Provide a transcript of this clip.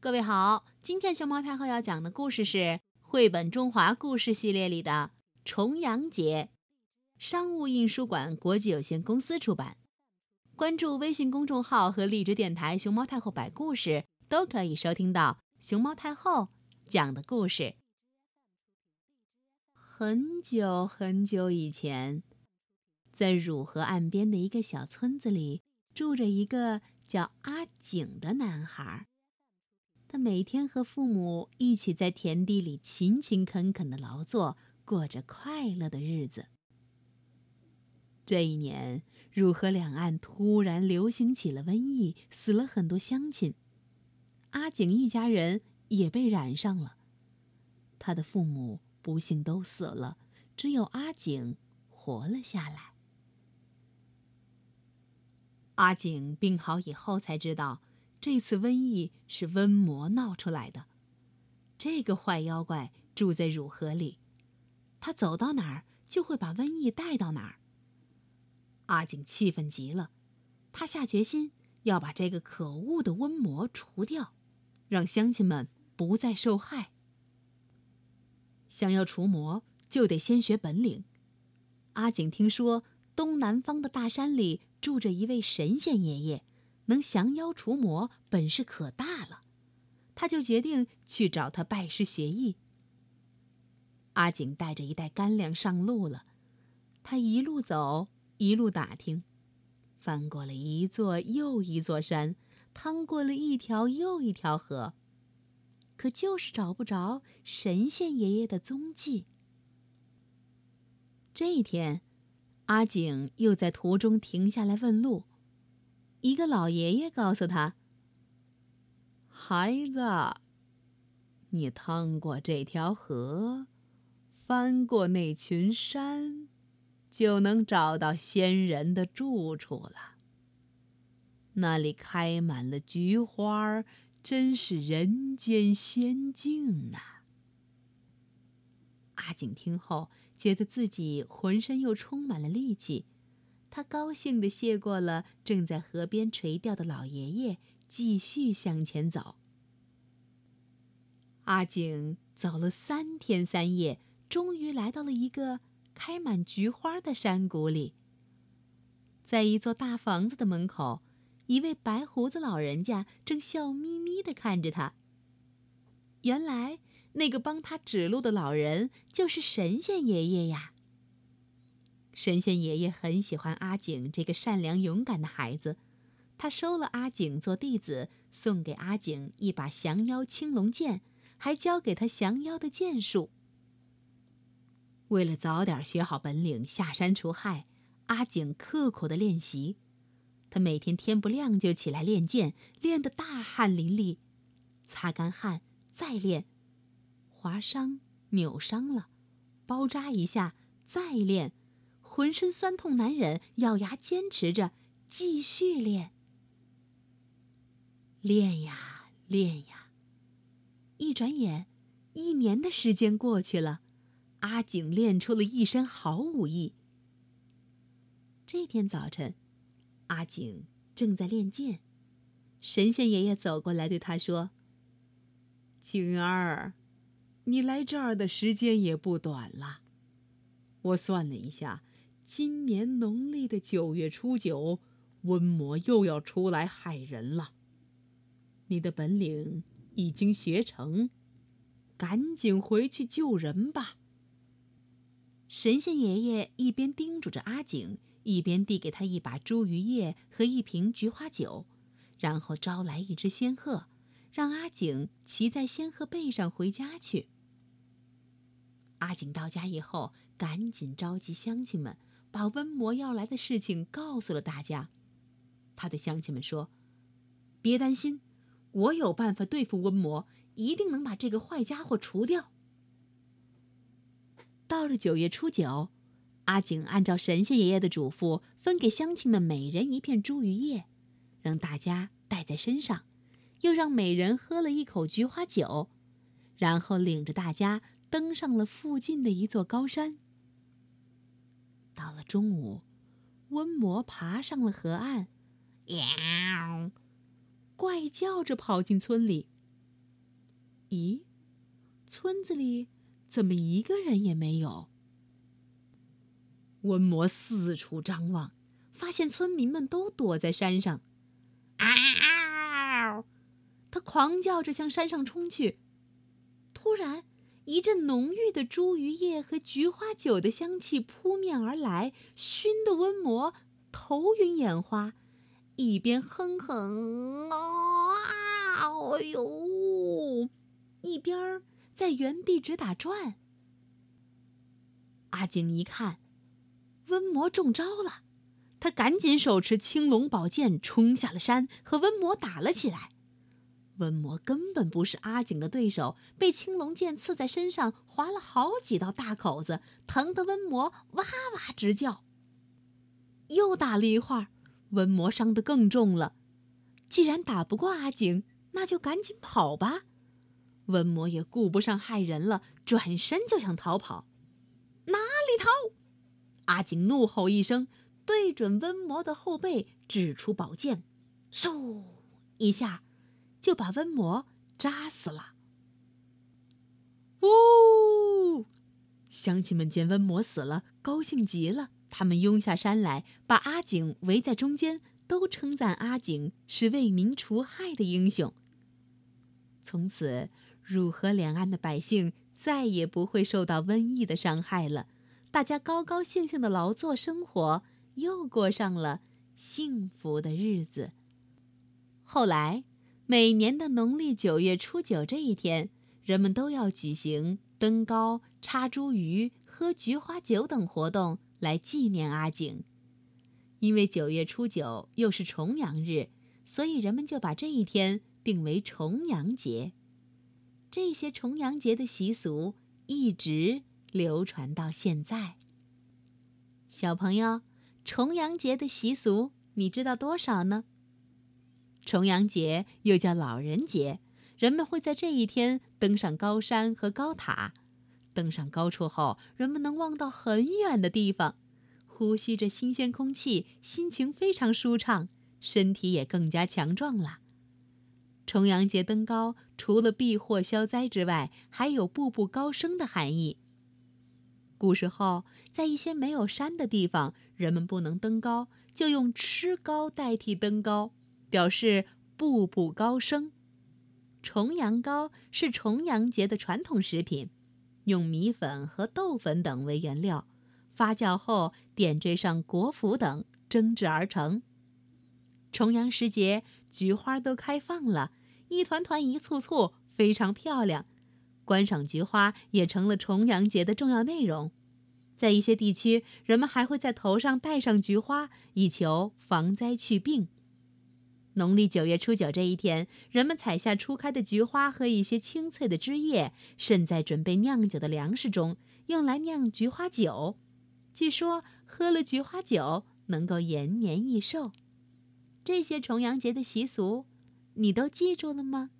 各位好，今天熊猫太后要讲的故事是绘本中华故事系列里的重阳节，商务印书馆国际有限公司出版。关注微信公众号和荔枝电台熊猫太后摆故事，都可以收听到熊猫太后讲的故事。很久很久以前，在汝河岸边的一个小村子里，住着一个叫阿景的男孩。他每天和父母一起在田地里勤勤恳恳地劳作，过着快乐的日子。这一年，汝河两岸突然流行起了瘟疫，死了很多乡亲。阿景一家人也被染上了，他的父母不幸都死了，只有阿景活了下来。阿景病好以后才知道，这次瘟疫是瘟魔闹出来的。这个坏妖怪住在汝河里，他走到哪儿就会把瘟疫带到哪儿。阿景气愤极了，他下决心要把这个可恶的瘟魔除掉，让乡亲们不再受害。想要除魔，就得先学本领。阿景听说东南方的大山里住着一位神仙爷爷，能降妖除魔，本事可大了，他就决定去找他拜师学艺。阿景带着一袋干粮上路了，他一路走，一路打听，翻过了一座又一座山，趟过了一条又一条河，可就是找不着神仙爷爷的踪迹。这一天，阿景又在途中停下来问路。一个老爷爷告诉他：“孩子，你趟过这条河，翻过那群山，就能找到仙人的住处了。那里开满了菊花，真是人间仙境呐！”阿景听后，觉得自己浑身又充满了力气，他高兴地谢过了正在河边垂钓的老爷爷，继续向前走。阿景走了3天3夜，终于来到了一个开满菊花的山谷里。在一座大房子的门口，一位白胡子老人家正笑眯眯地看着他。原来那个帮他指路的老人就是神仙爷爷呀。神仙爷爷很喜欢阿景这个善良勇敢的孩子，他收了阿景做弟子，送给阿景一把降妖青龙剑，还教给他降妖的剑术。为了早点学好本领，下山除害，阿景刻苦地练习。他每天天不亮就起来练剑，练得大汗淋漓，擦干汗再练，划伤扭伤了，包扎一下再练，浑身酸痛难忍，咬牙坚持着继续练。练呀练呀，一转眼1年的时间过去了，阿景练出了一身好武艺。这天早晨，阿景正在练剑，神仙爷爷走过来对他说：“景儿，你来这儿的时间也不短了。我算了一下，今年农历的9月初9，瘟魔又要出来害人了。你的本领已经学成，赶紧回去救人吧。”神仙爷爷一边叮嘱着阿景，一边递给他一把茱萸叶和一瓶菊花酒，然后招来一只仙鹤，让阿景骑在仙鹤背上回家去。阿景到家以后，赶紧召集乡亲们，把瘟魔要来的事情告诉了大家。他对乡亲们说：“别担心，我有办法对付瘟魔，一定能把这个坏家伙除掉。”到了9月初9，阿景按照神仙爷爷的嘱咐，分给乡亲们每人一片茱萸叶，让大家带在身上，又让每人喝了一口菊花酒，然后领着大家登上了附近的一座高山。到了中午，瘟魔爬上了河岸，怪叫着跑进村里。 咦，村子里怎么一个人也没有？温魔四处张望，发现村民们都躲在山上。他狂叫着向山上冲去。突然，一阵浓郁的茱萸叶和菊花酒的香气扑面而来，熏得温魔头晕眼花，一边哼哼哎呦，一边在原地直打转。阿景一看，温魔中招了，他赶紧手持青龙宝剑冲下了山，和温魔打了起来。温魔根本不是阿景的对手，被青龙剑刺在身上，划了好几道大口子，疼得温魔哇哇直叫。又打了一会儿，温魔伤得更重了。既然打不过阿景，那就赶紧跑吧。温魔也顾不上害人了，转身就想逃跑。哪里逃！阿景怒吼一声，对准温魔的后背指出宝剑，嗖一下就把温魔扎死了。哦！乡亲们见温魔死了，高兴极了，他们拥下山来，把阿景围在中间，都称赞阿景是为民除害的英雄。从此，汝河两岸的百姓再也不会受到瘟疫的伤害了，大家高高兴兴的劳作生活，又过上了幸福的日子。后来，每年的农历9月初9这一天，人们都要举行登高、插茱萸、喝菊花酒等活动来纪念阿景。因为9月初9又是重阳日，所以人们就把这一天定为重阳节。这些重阳节的习俗一直流传到现在。小朋友，重阳节的习俗你知道多少呢？重阳节又叫老人节，人们会在这一天登上高山和高塔。登上高处后，人们能望到很远的地方，呼吸着新鲜空气，心情非常舒畅，身体也更加强壮了。重阳节登高，除了避祸消灾之外，还有步步高升的含义。古时候，在一些没有山的地方，人们不能登高，就用吃糕代替登高，表示步步高升。重阳糕是重阳节的传统食品，用米粉和豆粉等为原料，发酵后点缀上果脯等蒸制而成。重阳时节，菊花都开放了，一团团一簇簇，非常漂亮。观赏菊花也成了重阳节的重要内容。在一些地区，人们还会在头上戴上菊花，以求防灾去病。农历9月初9这一天，人们采下初开的菊花和一些清脆的枝叶，渗在准备酿酒的粮食中，用来酿菊花酒。据说喝了菊花酒能够延年益寿。这些重阳节的习俗，你都记住了吗？